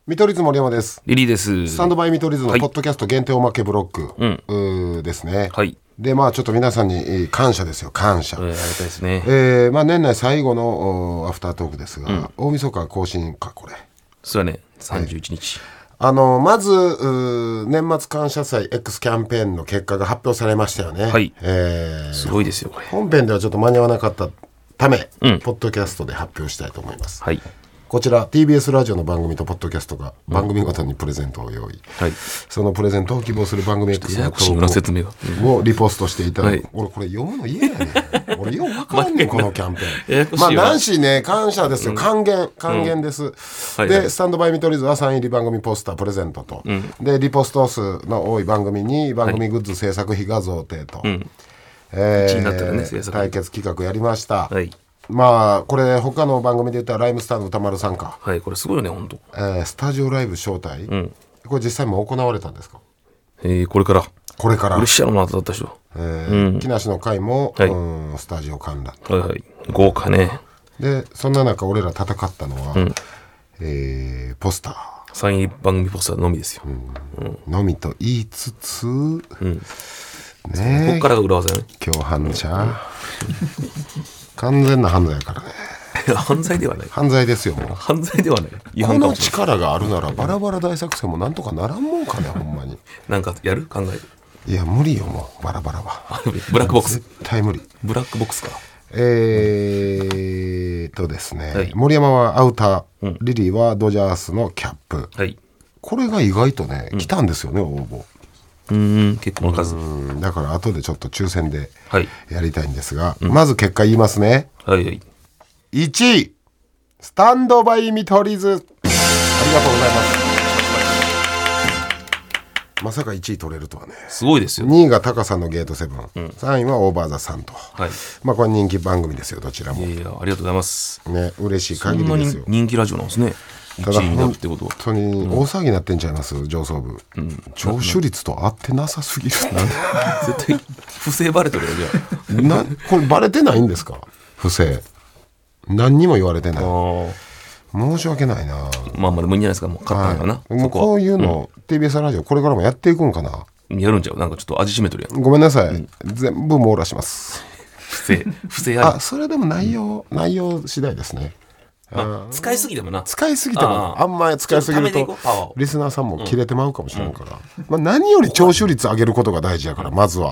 見取り図森山です。 リリーです。 スタンドバイ見取り図のポッドキャスト限定おまけブロック、ですね。 はい。 でまあちょっと皆さんに感謝ですよ、感謝。 ありがたいですね。 まあ年内最後のアフタートークですが、大晦日更新かこれ。 そうやね。31日。 まず年末感謝祭 X キャンペーンの結果が発表されましたよね。 はい。すごいですよこれ。 本編ではちょっと間に合わなかったため、ポッドキャストで発表したいと思います。 はい。 こちら TBS ラジオの番組とポッドキャストが番組ごとにプレゼントを用意、 はい、 そのプレゼントを希望する番組 X の投稿をリポストしていただく、はい、俺これ読むの嫌やねん俺よう分からんねんこのキャンペーンまあ何しね感謝ですよ、還元です、でスタンドバイ見取り図はサイン入り番組ポスタープレゼントと、でリポスト数の多い番組に番組グッズ制作費が贈呈と、対決企画やりました。はい、まあこれ他の番組で言ったらライムスターの歌丸さんか。 はい、これすごいよね本当。 スタジオライブ招待、これ実際も行われたんですか。 これから嬉しいやろなとだった人。 木梨の会も、スタジオ観覧。 はいはい、豪華ね。 でそんな中俺ら戦ったのは、ポスターサイン番組ポスターのみですよ。 のみと言いつつ、ねこっからが裏技よね。 共犯者。完全な犯罪やからね。 犯罪ではない。 犯罪ですよもう。 犯罪ではない。 この力があるならバラバラ大作戦もなんとかならんもんかねほんまに。 なんかやる考える。 いや無理よもうバラバラは。 ブラックボックス。 絶対無理。 ブラックボックスか。 ですね、森山はアウター、リリーはドジャースのキャップ、これが意外とね、来たんですよね応募。 結構の数。 だから後でちょっと抽選でやりたいんですが、まず結果言いますね。1位スタンドバイ見取り図、ありがとうございます。まさか1位取れるとはね。 すごいですよ。 2位がタカさんのゲートセブン、3位はオーバーザさんと、まあこれ人気番組ですよどちらも。 いやありがとうございますね、嬉しい限りですよ。 人気ラジオなんですね。 ただ本当に大騒ぎになってんちゃいます、上層部。聴取率と合ってなさすぎる。 絶対不正バレてるよじゃあ。 これバレてないんですか。不正何にも言われてない。申し訳ないな。 まあまあでもいいんじゃないですか。もう勝ったのかな。 もうこういうの、TBS ラジオこれからもやっていくんかな。 やるんちゃう。なんかちょっと味しめとるやん。 ごめんなさい、全部網羅します。 不正あり。 それでも内容次第ですね。 使いすぎてもな。 使いすぎてもあんまり使いすぎるとリスナーさんも切れてまうかもしれんから、まあ何より聴取率上げることが大事やから、まずは。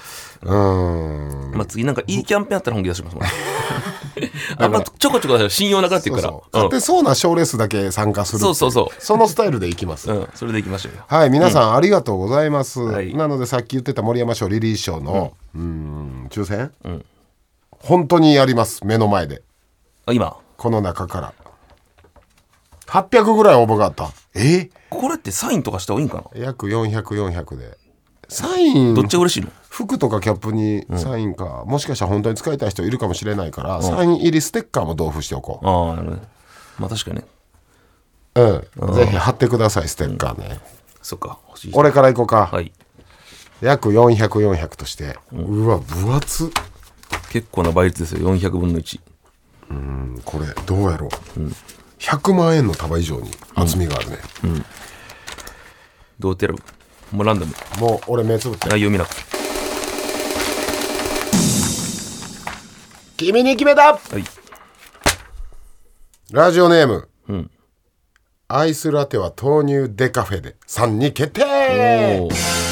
まあ次なんかいいキャンペーンあったら本気出しますもん。あんまちょこちょこ信用なくなっていくから、 勝てそうな賞レースだけ参加する。そのスタイルでいきます。 それでいきましょうよ。 はい、皆さんありがとうございます。なのでさっき言ってた森山賞リリー賞の抽選、本当にやります、目の前で。 今この中から800ぐらい応募があった。 これってサインとかした方がいいんかな。 約400でサインどっちが嬉しいの。 服とかキャップにサインか、もしかしたら本当に使いたい人いるかもしれないから、サイン入りステッカーも同封しておこう。 なるほど。まあ確かにね。 ぜひ貼ってくださいステッカーね。 そっか、欲しい。 俺からいこうか。約400として、うわ分厚。 結構な倍率ですよ。400分の1。 これどうやろう、100万円の束以上に厚みがあるね。 どうやってやる。もうランダム。 もう俺目つぶって内容見なくて。 君に決めた。ラジオネーム、アイスラテは豆乳デカフェで3に決定。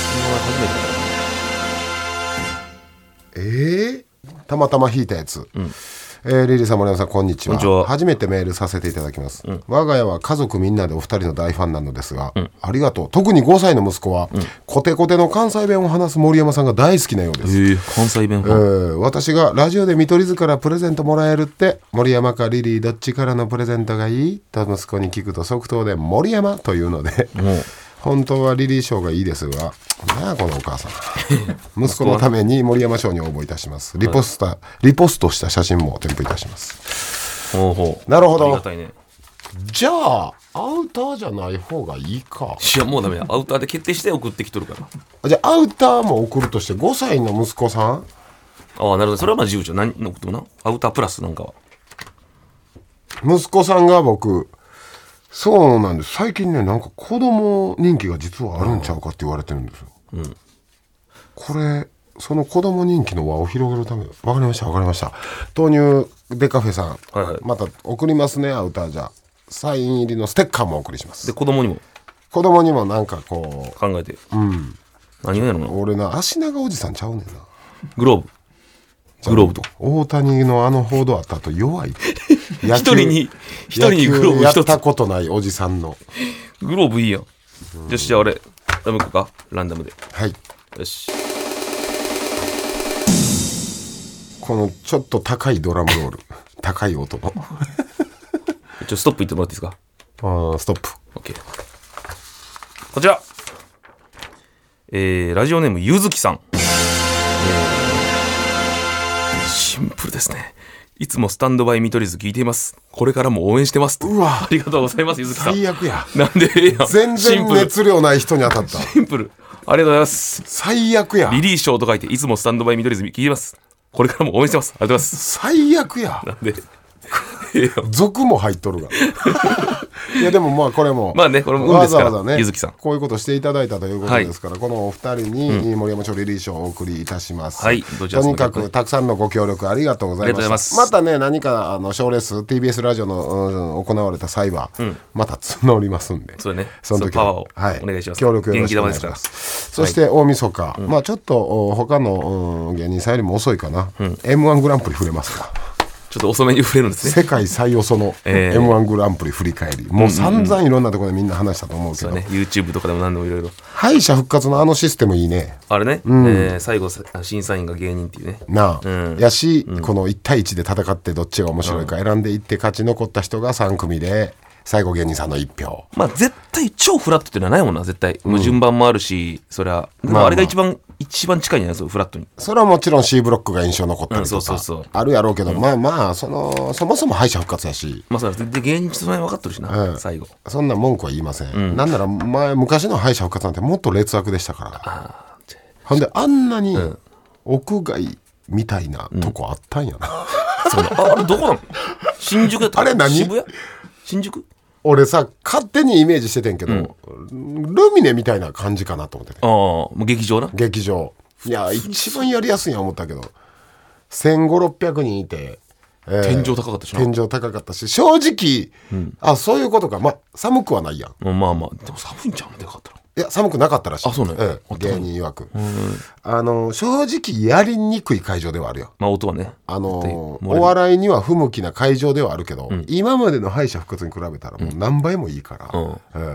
たまたま引いたやつ。リリーさん森山さんこんにちは。初めてメールさせていただきます。我が家は家族みんなでお二人の大ファンなのですが、ありがとう。特に5歳の息子は、コテコテの関西弁を話す森山さんが大好きなようです。 関西弁。 私がラジオで見取り図からプレゼントもらえるって、森山かリリーどっちからのプレゼントがいいと息子に聞くと即答で森山というので、本当はリリー賞がいいですが、なあこのお母さん。息子のために森山賞に応募いたします。リポストした写真も添付いたします。なるほど。 ありがたいね。 じゃあアウターじゃない方がいいか。 いやもうダメだ。アウターで決定して送ってきとるから。 じゃあアウターも送るとして5歳の息子さん。 なるほど。それはまあ自由じゃ何送ってもな。アウタープラスなんかは。 息子さんが僕そうなんです。最近ねなんか子供人気が実はあるんちゃうかって言われてるんですよ、これその子供人気の輪を広げるため。わかりましたわかりました。豆乳デカフェさん、また送りますね。アウターじゃサイン入りのステッカーもお送りします。 で子供にもなんかこう考えて、何をやるの。 俺な足長おじさんちゃうねんな。 グローブと大谷のあの報道あった後弱い一人にグローブやっ一つたことないおじさんのグローブいいやん。よしじゃあ俺ダムかランダムで。 はい。 よし。 このちょっと高いドラムロール高い音のストップ言ってもらっていいですか。 ストップ。 OK。 こちら、ラジオネームゆずきさん、シンプルですね。いつもスタンドバイ見取り図聞いています。これからも応援してます。 うわありがとうございます。ゆずきさん最悪や。 なんでええやん。 全然熱量ない人に当たった。 シンプル。ありがとうございます。 最悪や。 リリーショーと書いていつもスタンドバイ見取り図聞いてます。これからも応援してます。ありがとうございます。 最悪や。 なんで族も入っとるがいやでもまあこれもまあねこれも運ですからわざわざねゆずきさんこういうことしていただいたということですから、このお二人に森山町リリー賞をお送りいたします、とにかくたくさんのご協力ありがとうございました。またね何か賞レース TBS ラジオの、行われた際は、また募りますんで、 そうね、 その時パワーをはい、 お願いします。 協力よろしくお願いします。そして大晦日、まあちょっと他の芸人さんよりも遅いかな、M1 グランプリ触れますか。 ちょっと遅めに触れるんですね。 世界最遅の M1 グランプリ振り返り、もう散々いろんなところでみんな話したと思うけど、 そうね、YouTube とかでも何でもいろいろ。 敗者復活のあのシステムいいね。 あれね、最後審査員が芸人っていうね。 なあ、やし、この1対1で戦ってどっちが面白いか選んでいって勝ち残った人が3組で最後芸人さんの1票。 まあ絶対超フラットっていうのはないもんな絶対。もう順番もあるし、そりゃでもあれが一番近いんじゃないですかフラットに。 それはもちろん C ブロックが印象残ったりとかそうあるやろうけど、まあまあそもそも敗者復活やし、 まあそうで芸人その辺分かってるしな、最後そんな文句は言いません、なんなら昔の敗者復活なんてもっと劣悪でしたから。ほんであんなに屋外みたいなとこあったんやな、 そうあれどこなの。新宿やったあれ何渋谷新宿。 俺さ勝手にイメージしててんけど、ルミネみたいな感じかなと思ってて。 ああもう劇場な。 劇場いや一番やりやすいんや思ったけど1500-600人いて、 天井高かったしな。 天井高かったし正直、あそういうことか。まあ寒くはないやん。 まあまあでも寒いんちゃうんでかかったら。 いや寒くなかったらしい。 あそうね、 芸人曰く正直やりにくい会場ではあるよ。 まあ音はねお笑いには不向きな会場ではあるけど、今までの敗者復活に比べたらもう何倍もいいから、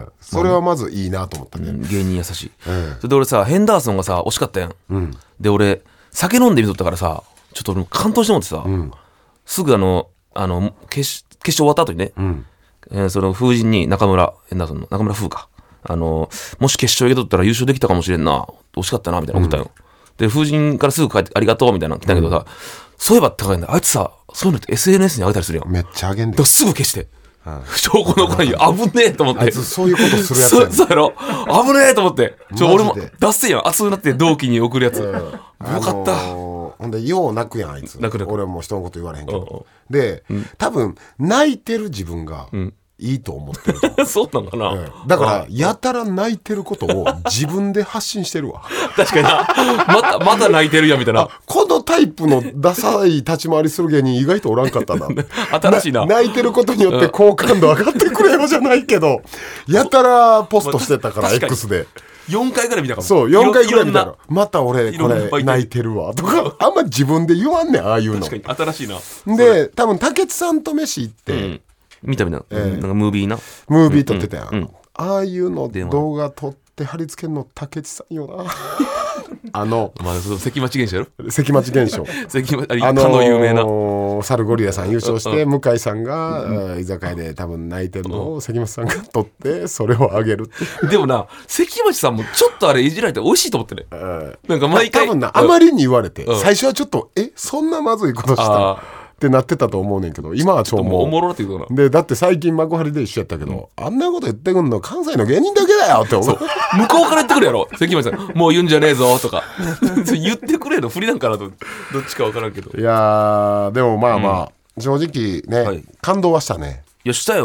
それはまずいいなと思ったね、 芸人優しい、それで俺さヘンダーソンがさ惜しかったやん、で俺酒飲んでみとったからさちょっと俺感動してもってさ、すぐ決勝終わった後にね、その風神にヘンダーソンの中村風かもし決勝行けとったら優勝できたかもしれんな惜しかったなみたいな送ったよ、で風神からすぐ帰ってありがとうみたいなの来たけどさ、そういえば高いんだあいつさそういうのって SNS に上げたりするやん。 めっちゃあげんで。 だからすぐ消して、証拠残らんよ危ねえと思って。 あいつそういうことするやつやん。 そうやろ危ねえと思って俺も出せやん熱くなって同期に送るやつ、よかった。 ほんでよう泣くやんあいつ。 泣く俺も人のこと言われへんけど、で多分泣いてる自分がいいと思ってるとそうなのかな、 だからやたら泣いてることを自分で発信してるわ確かになまた泣いてるやんみたいな。 このタイプのダサい立ち回りする芸人意外とおらんかったな新しいな。 泣いてることによって好感度上がってくれよじゃないけど、やたらポストしてたから、X で 4回ぐらい見たかも。 そう4回ぐらい見たらまた俺これ泣いてるわとかあんま自分で言わんねんああいうの。 確かに新しいな。 で多分竹内さんと飯行って、 見たなんかムービー撮ってたやん、ああいうの動画撮って貼り付けるの竹内さんよなまあ関町現象やろ。 関町現象かの有名なサルゴリラさん優勝して向井さんが居酒屋で多分泣いてるのを関町さんが撮ってそれをあげるってでもな関町さんもちょっとあれいじられて美味しいと思ってね、なんか毎回多分なあまりに言われて最初はちょっとそんなまずいことしたってなってたと思うねんけど、今はちょっともうおもろって言うかな。 でだって最近幕張で一緒やったけど、あんなこと言ってくんの関西の芸人だけだよって思う。 向こうから言ってくるやろ関町さんもう言うんじゃねえぞとか言ってくれの振りなんかなとどっちか分からんけど。 いやでもまあまあ、正直ね、感動はしたね。 いやしたよ。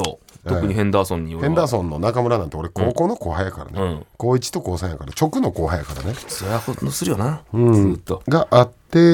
特にヘンダーソンに。 ヘンダーソンの中村なんて俺高校の後輩やからね、高1と高3やから直の後輩やからね。 そりゃほんとするよな、ずっとがあって、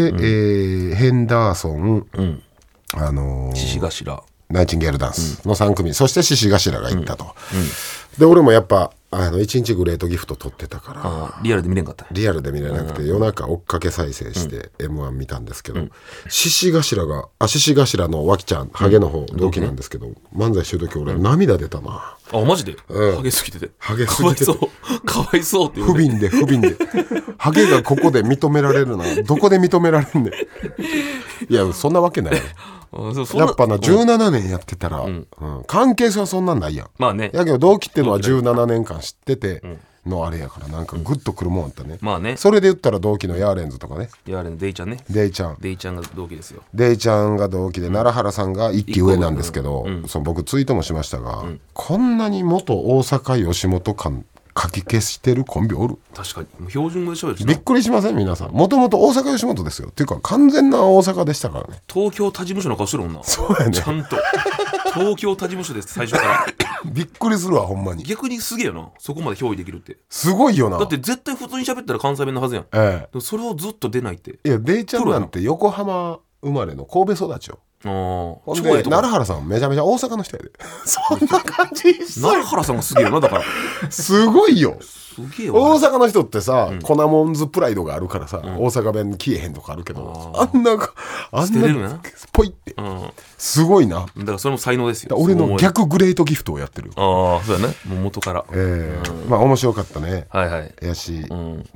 ヘンダーソン、 獅子頭ナイチンゲールダンスの3組、そして獅子頭が行ったと、で俺もやっぱ1日グレートギフト撮ってたからリアルで見れんかった。 リアルで見れなくて、夜中追っかけ再生して M1 見たんですけど、獅子頭の脇ちゃんハゲの方、同期なんですけど、漫才してる時俺涙出たな。 マジで、ハゲすぎててハゲすぎててかわいそうって言う不憫でハゲがここで認められるならどこで認められんねん。いやそんなわけないやっぱな17年やってたら、関係性はそんなんないやん。 まあね。 やけど同期っていうのは17年間知っててのあれやから、なんかグッとくるもんあったね。 まあね。 それで言ったら同期のヤーレンズとかね。 ヤーレンズデイちゃんね。 デイちゃんが同期ですよ。 デイちゃんが同期で、奈良原さんが1期上なんですけど、僕ツイートもしましたが、こんなに元大阪吉本感かき消してるコンビおる？ 確かにもう標準語でしょ。 びっくりしません皆さん。もともと大阪吉本ですよ。っていうか完全な大阪でしたからね。 東京他事務所の顔してるもんな。 そうやね。 ちゃんと東京他事務所です最初からびっくりするわほんまに。 逆にすげえよな、そこまで憑依できるって。 すごいよな。 だって絶対普通に喋ったら関西弁のはずやん、でもそれをずっと出ないって。 いやデイちゃんなんて横浜生まれの神戸育ちよ。ほんで奈良原さんめちゃめちゃ大阪の人やでそんな感じ。 奈良原さんがすげえよな。だからすごいよ。 すげえよ。 大阪の人ってさ、粉もんずプライドがあるからさ、大阪弁消えへんとかあるけど、あんなポイって、すごいな。 だからそれも才能ですよ。 俺の逆グレートギフトをやってる。 そうだね、もう元から。 まあ面白かったね。 はいはい。 やし、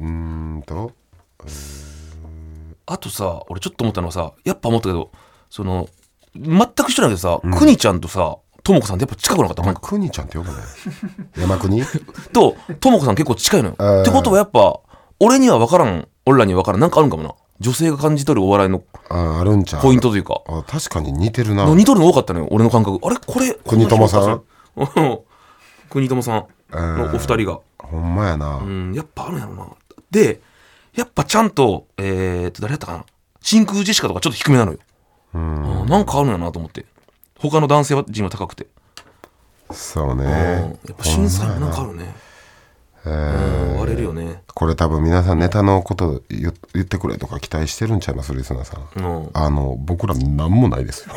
あとさ、俺ちょっと思ったのはさ、やっぱ思ったけど、その全く一緒なんだけどさ、くにちゃんとさともこさんってやっぱ近くなかった？ くにちゃんって呼ぶね山国とともこさん結構近いのよ。ってことはやっぱ俺には分からん、俺らには分からん、なんかあるんかもな。女性が感じ取るお笑いのあるんちゃうポイントというか。 確かに似てるな。 似とるの多かったのよ俺の感覚。あれこれ国友さん国友さんのお二人がほんまやな。 やっぱあるんやろな。でやっぱちゃんと誰やったかな、真空ジェシカとかちょっと低めなのよ。なんかあるんやなと思って。他の男性陣は高くて。 そうね。 やっぱ審査員なんかあるね。割れるよね。 これ多分皆さんネタのこと言ってくれとか期待してるんちゃいますリスナーさん。僕らなんもないですよ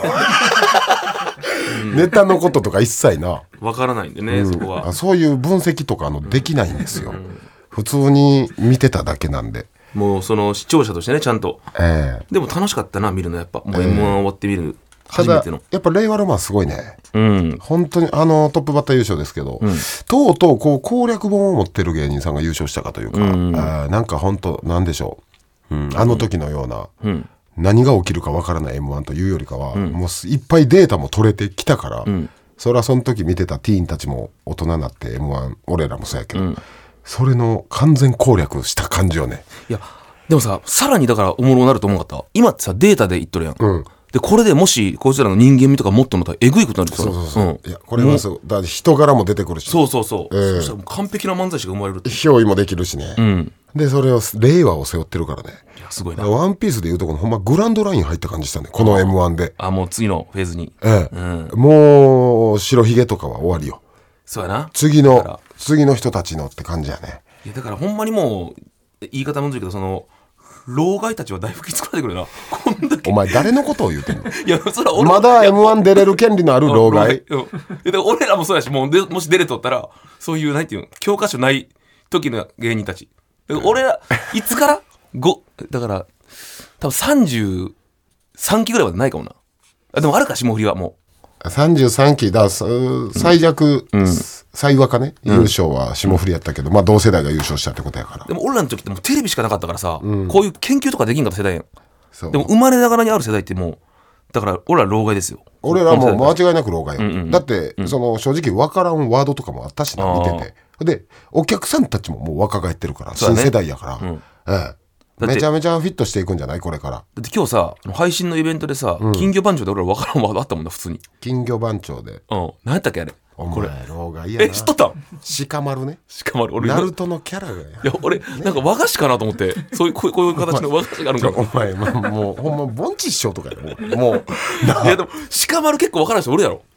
ネタのこととか一切なわからないんでね、そこは。 そういう分析とかできないんですよ。普通に見てただけなんで。 もうその視聴者としてね、ちゃんと。でも楽しかったな見るの。やっぱもう M1 終わって見る初めての。 やっぱ令和ロマンすごいね。本当にトップバッター優勝ですけど、とうとうこう攻略本を持ってる芸人さんが優勝したかというか、なんか本当なんでしょう、あの時のような、何が起きるかわからない M1 というよりかは、もういっぱいデータも取れてきたから、それはその時見てたティーンたちも大人になって M1 俺らもそうやけど、それの完全攻略した感じよね。 いやでもさ、さらにだからおもろなると思うかった。今ってさデータで言っとるやん。でこれでもしこいつらの人間味とかもっと思ったらえぐいことになる。 いやこれはそうだ、人柄も出てくるし。そうそしたらもう完璧な漫才師が生まれるって。 憑依もできるしね。でそれを令和を背負ってるからね。 いやすごいな。 ワンピースでいうとこのほんまグランドライン入った感じしたね、この M1 で。 もう次のフェーズに。 もう白ひげとかは終わりよ。 そうやな。 次の人たちのって感じやね。 いやだからほんまにもう言い方むずいけど、その老害たちはだいぶきつくなってくるな。こんだけ。 お前誰のことを言うてんの？ いやそれは俺まだ M1 出れる権利のある老害。 俺らもそうやし、もし出れとったらそういうなんていうの、教科書ない時の芸人たち。俺らいつからだから多分33期ぐらいまでないかもな。でもあるか、霜降りはもう33期だ。最弱、最若ね、優勝は霜降りやったけど、まあ同世代が優勝したってことやから。 でも俺らの時ってもうテレビしかなかったからさ、こういう研究とかできんかった世代やん。でも生まれながらにある世代ってもうだから俺ら老害ですよ。 俺らも間違いなく老害よ。だってその正直分からんワードとかもあったしな、見てて。でお客さんたちももう若返ってるから、新世代やから、めちゃめちゃフィットしていくんじゃない、これから。だって今日さ配信のイベントでさ、金魚番長で俺ら分からんワードあったもんな、普通に。 金魚番長で何やったっけあれ。 お前老害やな。 知っとったん？ 鹿丸ね。 鹿丸。俺ナルトのキャラがや。 いや俺なんか和菓子かなと思って、そういうこういう形の和菓子があるんか。 お前もうほんまボンチ師匠とかやもういやでも鹿丸結構分からない人おるやろ。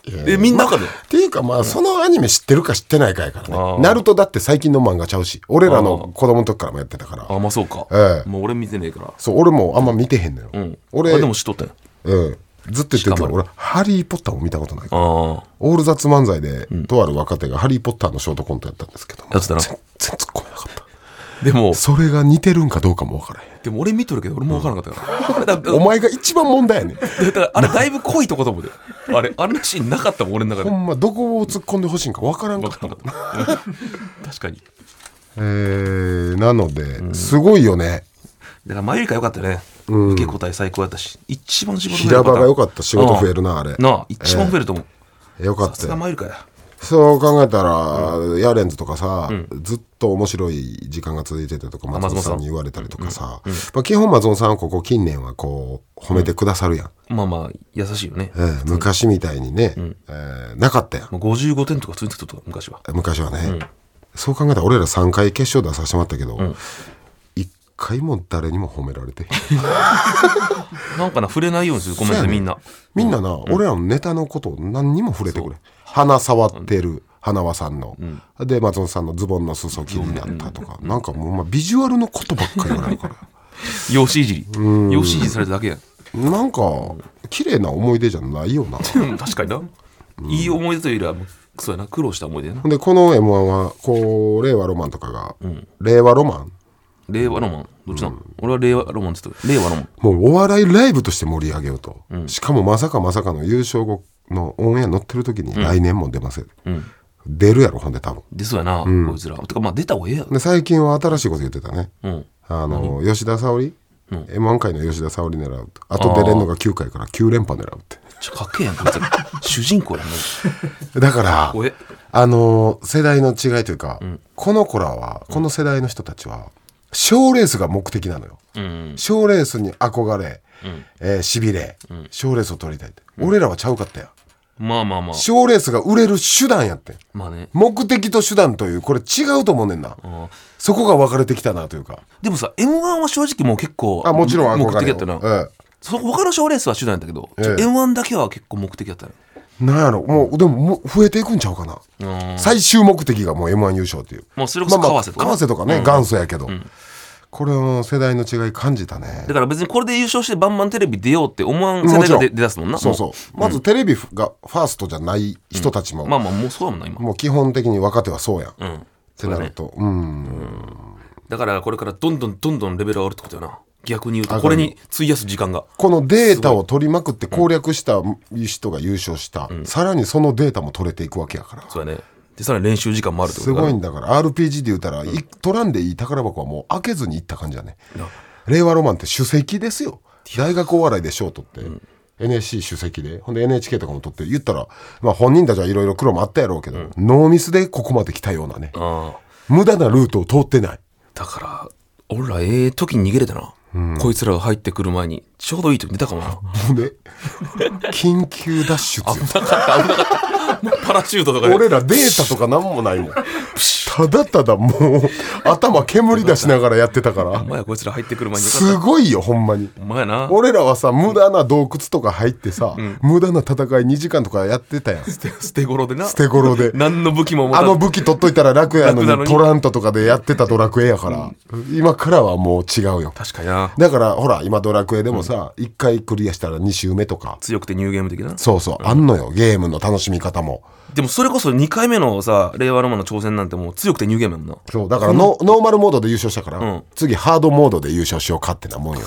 みんなわかるっていうかまあそのアニメ知ってるか知ってないかやからね。ナルトだって最近の漫画ちゃうし、俺らの子供の時からもやってたから。 まあそうか。もう俺見てねえから。 そう、俺もあんま見てへんのよ。 俺でも知っとったよ。 ずっと言ってるけど、俺ハリー・ポッターを見たことないから。オール雑漫才でとある若手がハリー・ポッターのショートコントやったんですけど、 やってたな。 全然突っ込めなかった。 でもそれが似てるんかどうかも分からへん。 でも俺見とるけど俺も分からなかったから、 お前が一番問題やねん。 だからあれだいぶ濃いとこと思うで、あれのシーンなかったもん俺の中で。 ほんまどこを突っ込んでほしいんか分からんかった。 確かに。 なので、すごいよね。 だから前よりか良かったよね。受け答え最高やったし、一番仕事増える。 平場が良かった。仕事増えるな、あれ。 なあ、一番増えると思う。 よかった。 さすが前よりかや。 そう考えたら、ヤーレンズとかさ、ずっと面白い時間が続いててとか、松本さんに言われたりとかさ、基本松本さんはここ近年はこう褒めてくださるやん。 まあまあ優しいよね。 昔みたいにね、なかったやん。 55点とかついてたと昔は。 昔はね。そう考えたら俺ら3回決勝出させてもらったけど、1回も誰にも褒められてなんかな、触れないようにするコメントみんな。 みんなな、俺らのネタのことを何にも触れてくれ。鼻触ってる花輪さんの、で松本さんのズボンの裾気になったとか、なんかもうビジュアルのことばっかり言われるから容姿いじり容姿いじりされただけやん。 なんか綺麗な思い出じゃないよな確かにな、いい思い出というよりはそうやな、苦労した思い出やな。 でこの M1 はこう令和ロマンとかが、令和ロマン令和ロマンどっちなの、俺は令和ロマンって言った令和ロマン、 もうお笑いライブとして盛り上げようと、しかもまさかの優勝後のオンエア乗ってる時に来年も出ますよ、出るやろほんで多分出そうやな、こいつらてかまあ出た方がええやろ。 で最近は新しいこと言ってたね、吉田沙保里、M1 回の吉田沙保里狙うと、あと出れんのが9回から9連覇狙うって。 かっけえやんこいつら主人公やねだから世代の違いというか、この子らはこの世代の人たちは賞レースが目的なのよ。賞レースに憧れ、しびれ、賞レースを取りたいって、俺らはちゃうかったやん。 まあまあまあ賞レースが売れる手段やってん、 まあね、 目的と手段というこれ違うと思うねんな。そこが分かれてきたなというか。 でもさ M1 は正直もう結構もちろん目的やったな、他の賞レースは手段やったけど、M1 だけは結構目的やったね。 なんやろ、もうでも増えていくんちゃうかな。最終目的がもう M1 優勝っていう。 もうそれこそ為替とか、 為替とかね、元祖やけど、これは世代の違い感じたね。 だから別にこれで優勝してバンバンテレビ出ようって思わん世代が出だすもんな。 そうそう、まずテレビがファーストじゃない人たちも、 まあまあもうそうだもんな今。 もう基本的に若手はそうやん、ってなると、 だからこれからどんどんレベル上がるってことよな。逆に言うとこれに費やす時間が、 このデータを取りまくって攻略した人が優勝した、さらにそのデータも取れていくわけやから。 そうやね。でさらに練習時間もあるってことすごいんだから RPG で言うたら、取らんでいい宝箱はもう開けずにいった感じだね。令和ロマンって首席ですよ。大学お笑いで賞取って、NSC 首席で、ほんで NHK とかも取って言ったら、まあ本人たちはいろいろ苦労もあったやろうけど、ノーミスでここまで来たようなね、無駄なルートを通ってない。 だから俺ら時に逃げれたな、こいつらが入ってくる前にちょうどいい時に出たかもな。 もうね緊急脱出よ。 危なかったパラシュートとかで俺らデータとかなんもないもんただただもう頭煙出しながらやってたからお前こいつら入ってくる前にすごいよほんまに。 お前な、 俺らはさ無駄な洞窟とか入ってさ、無駄な戦い2時間とかやってたやん。 捨て頃でな、 捨て頃で何の武器も持たず、 武器取っといたら楽やのにトラントとかでやってたドラクエやから、今からはもう違うよ。 確かにな。 だからほら今ドラクエでもさ、1回クリアしたら2周目とか強くてニューゲーム的な、 そうそう、あんのよゲームの楽しみ方も。 でもそれこそ2回目のさ令和ロマンの挑戦なんてもう強くてニューゲームやもんな。 そうだからノーマルモードで優勝したから、次ハードモードで優勝しようかってなもんよ。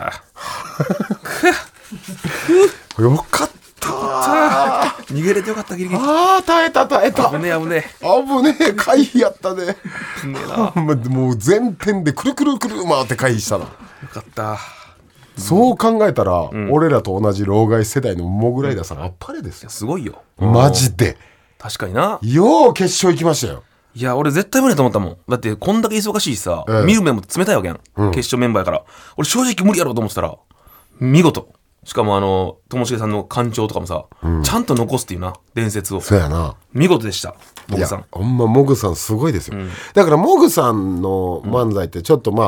よかった逃げれてよかったギリギリ。 耐えた危ねえ回避やったね。もう全点でくるくるくる回って回避したな。よかった。 そう考えたら、俺らと同じ老害世代のモグライダーさんあっぱれですよ。 すごいよマジで。 確かにな。 よう決勝行きましたよ。 いや俺絶対無理だと思ったもん。だってこんだけ忙しいしさ、見る目も冷たいわけやん、決勝メンバーやから。俺正直無理やろうと思ってたら見事。しかもともしげさんの感情とかもさ、ちゃんと残すっていうな伝説を。 そうやな、 見事でしたモグさん。 ほんまモグさんすごいですよ、だからモグさんの漫才ってちょっとまあ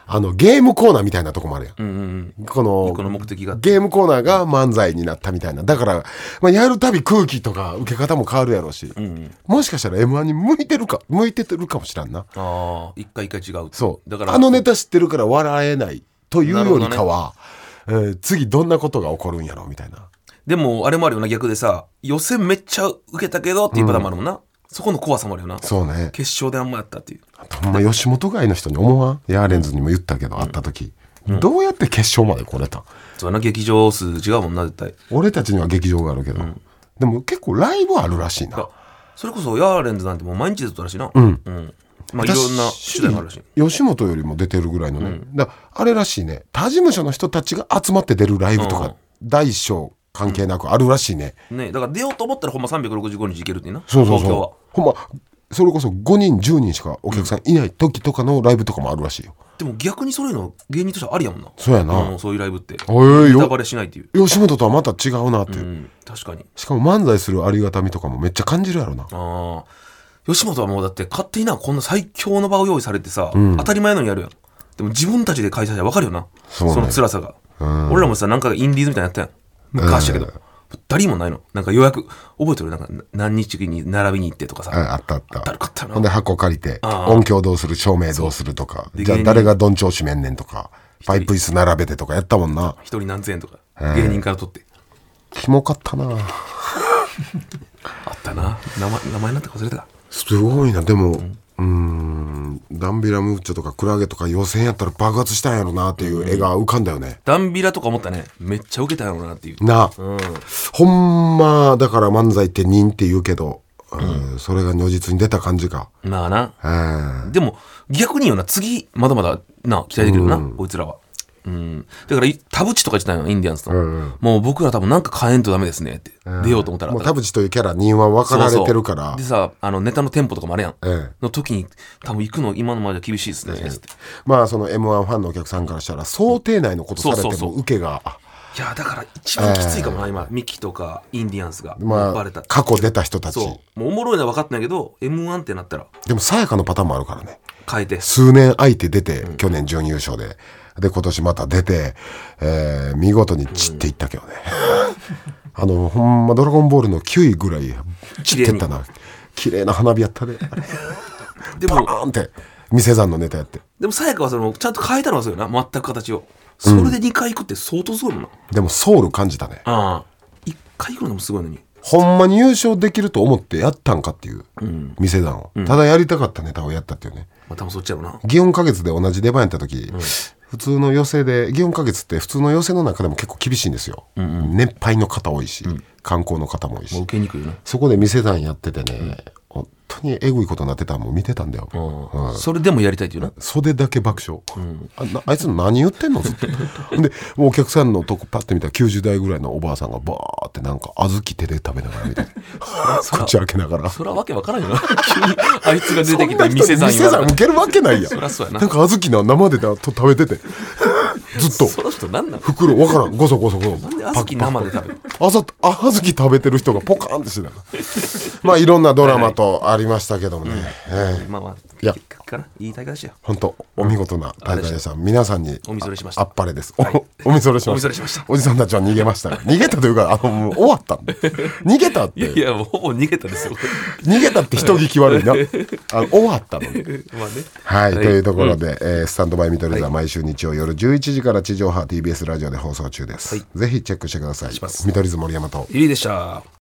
ゲームコーナーみたいなとこもあるやん、 うんうんうん、 この目的がゲームコーナーが漫才になったみたいな。だから、やるたび空気とか受け方も変わるやろうし、うんうん、もしかしたら M1 に向いてるかもしらんな。 一回違う。 そうだからネタ知ってるから笑えないというよりかは、次どんなことが起こるんやろみたいな。 でもあれもあるよな、逆でさ、予選めっちゃ受けたけどっていうパターンもあるもんな、うん、そこの怖さもあるよな。 そうね、 決勝であんまやったっていう。 あとほんま吉本外の人に思わん？ヤーレンズにも言ったけど、会った時、どうやって決勝まで来れたん？ そうな、劇場数違うもんな、絶対。 俺たちには劇場があるけど、でも結構ライブあるらしいな。 それこそヤーレンズなんてもう毎日出とったらしいな。うん、まあいろんな手段があるらしい。 吉本よりも出てるぐらいのね、だあれらしいね、他事務所の人たちが集まって出るライブとか、大小関係なくあるらしいね。 ね、だから出ようと思ったらほんま365日行けるっていうな。 そう東京はほんまそれこそ5人10人しかお客さんいない時とかのライブとかもあるらしいよ。 でも逆にそういうの芸人としてはありやもんな。 そうやな、 そういうライブってネタバレしないっていう。 吉本とはまた違うなっていう、 確かに。 しかも漫才するありがたみとかもめっちゃ感じるやろな。 吉本はもうだって勝手にな、こんな最強の場を用意されてさ、当たり前のにやるやん。でも自分たちで開催したら分かるよな、その辛さが。俺らもさ、なんかインディーズみたいなのやったやん昔だけど、誰もないの。なんか予約覚えてる？なんか何日に並びに行ってとかさ、 あっただるかったよな。 ほんで箱借りて音響どうする、照明どうするとか、じゃあ誰がどんちょう閉めんねんとか、パイプ椅子並べてとかやったもんな。 一人何千円とか芸人から取って。 キモかったなあったな、名前なんて忘れた。 すごいな。でもダンビラムーチョとかクラゲとか予選やったら爆発したんやろなっていう絵が浮かんだよね。 ダンビラとか思ったね、めっちゃ受けたんやろなっていうな、ほんまだから漫才って人って言うけど、それが如実に出た感じか。 まあな、でも逆によな、次まだまだな期待できるよな、こいつらは。だから田淵とか言ってたよ、インディアンスと、もう僕ら多分なんか変えんとダメですねって、出ようと思ったら、 もう田淵というキャラには分かられてるから。 でさ、ネタのテンポとかもあれやん、の時に多分行くの今のまでは厳しいですねって。 まあその M1 ファンのお客さんからしたら想定内のことされても受けが、 いやだから一番きついかもな、今ミキとかインディアンスがバレた、 過去出た人たち。 もうおもろいのは分かってないけど M1 ってなったら。 でもさやかのパターンもあるからね、 変えて数年空いて出て、去年準優勝で今年また出て、見事に散っていったけどね、ほんまドラゴンボールの9位ぐらい散ってったな。綺麗な花火やったででもバーンって店山のネタやって。 でもさやかはちゃんと変えたのはそうよな、全く形を。それで2回行くって相当すごいもんな。 でもソウル感じたね。 1回行くのもすごいのに、 ほんまに優勝できると思ってやったんかっていう、店山を、ただやりたかったネタをやったっていうね。 多分そっちやろな。 祇園花月で同じ出番やった時、普通の寄席で、祇園花月って普通の寄席の中でも結構厳しいんですよ、年配の方多いし、観光の方も多いし、 受けにくいよね。 そこで店山やっててね、本当にエグいことになってたのも見てたんだよ、 それでもやりたいっていうな。 袖だけ爆笑、あいつ何言ってんのずっとでもうお客さんのとこパッて見たら90代ぐらいのおばあさんがバーってなんか小豆手で食べながら見てて口開けながら、 それはわけわからんよな急にあいつが出てきて店山向けるわけないやん。 そりゃそうやな。 なんか小豆生で食べててずっとその人何なの、 袋わからん、ゴソゴソゴソ、 なんで小豆生で食べる小豆食べてる人がポカーンってしてたまあいろんなドラマとありましたけどもね、 まあまあいやいい大会でしたよ。 本当お見事な大会でした。皆さんにおみそれしました。 あっぱれです。おみそれしました。おじさんたちは逃げました。逃げたというかもう終わったんで。逃げたって。 いやもうほぼ逃げたですよ。 逃げたって人聞き悪いな。終わったのに。 まあね。 はい、というところで、スタンドバイ見取り図は毎週日曜夜11時から地上波 TBS ラジオで放送中です。ぜひチェックしてください。見取り図森山とゆりでした。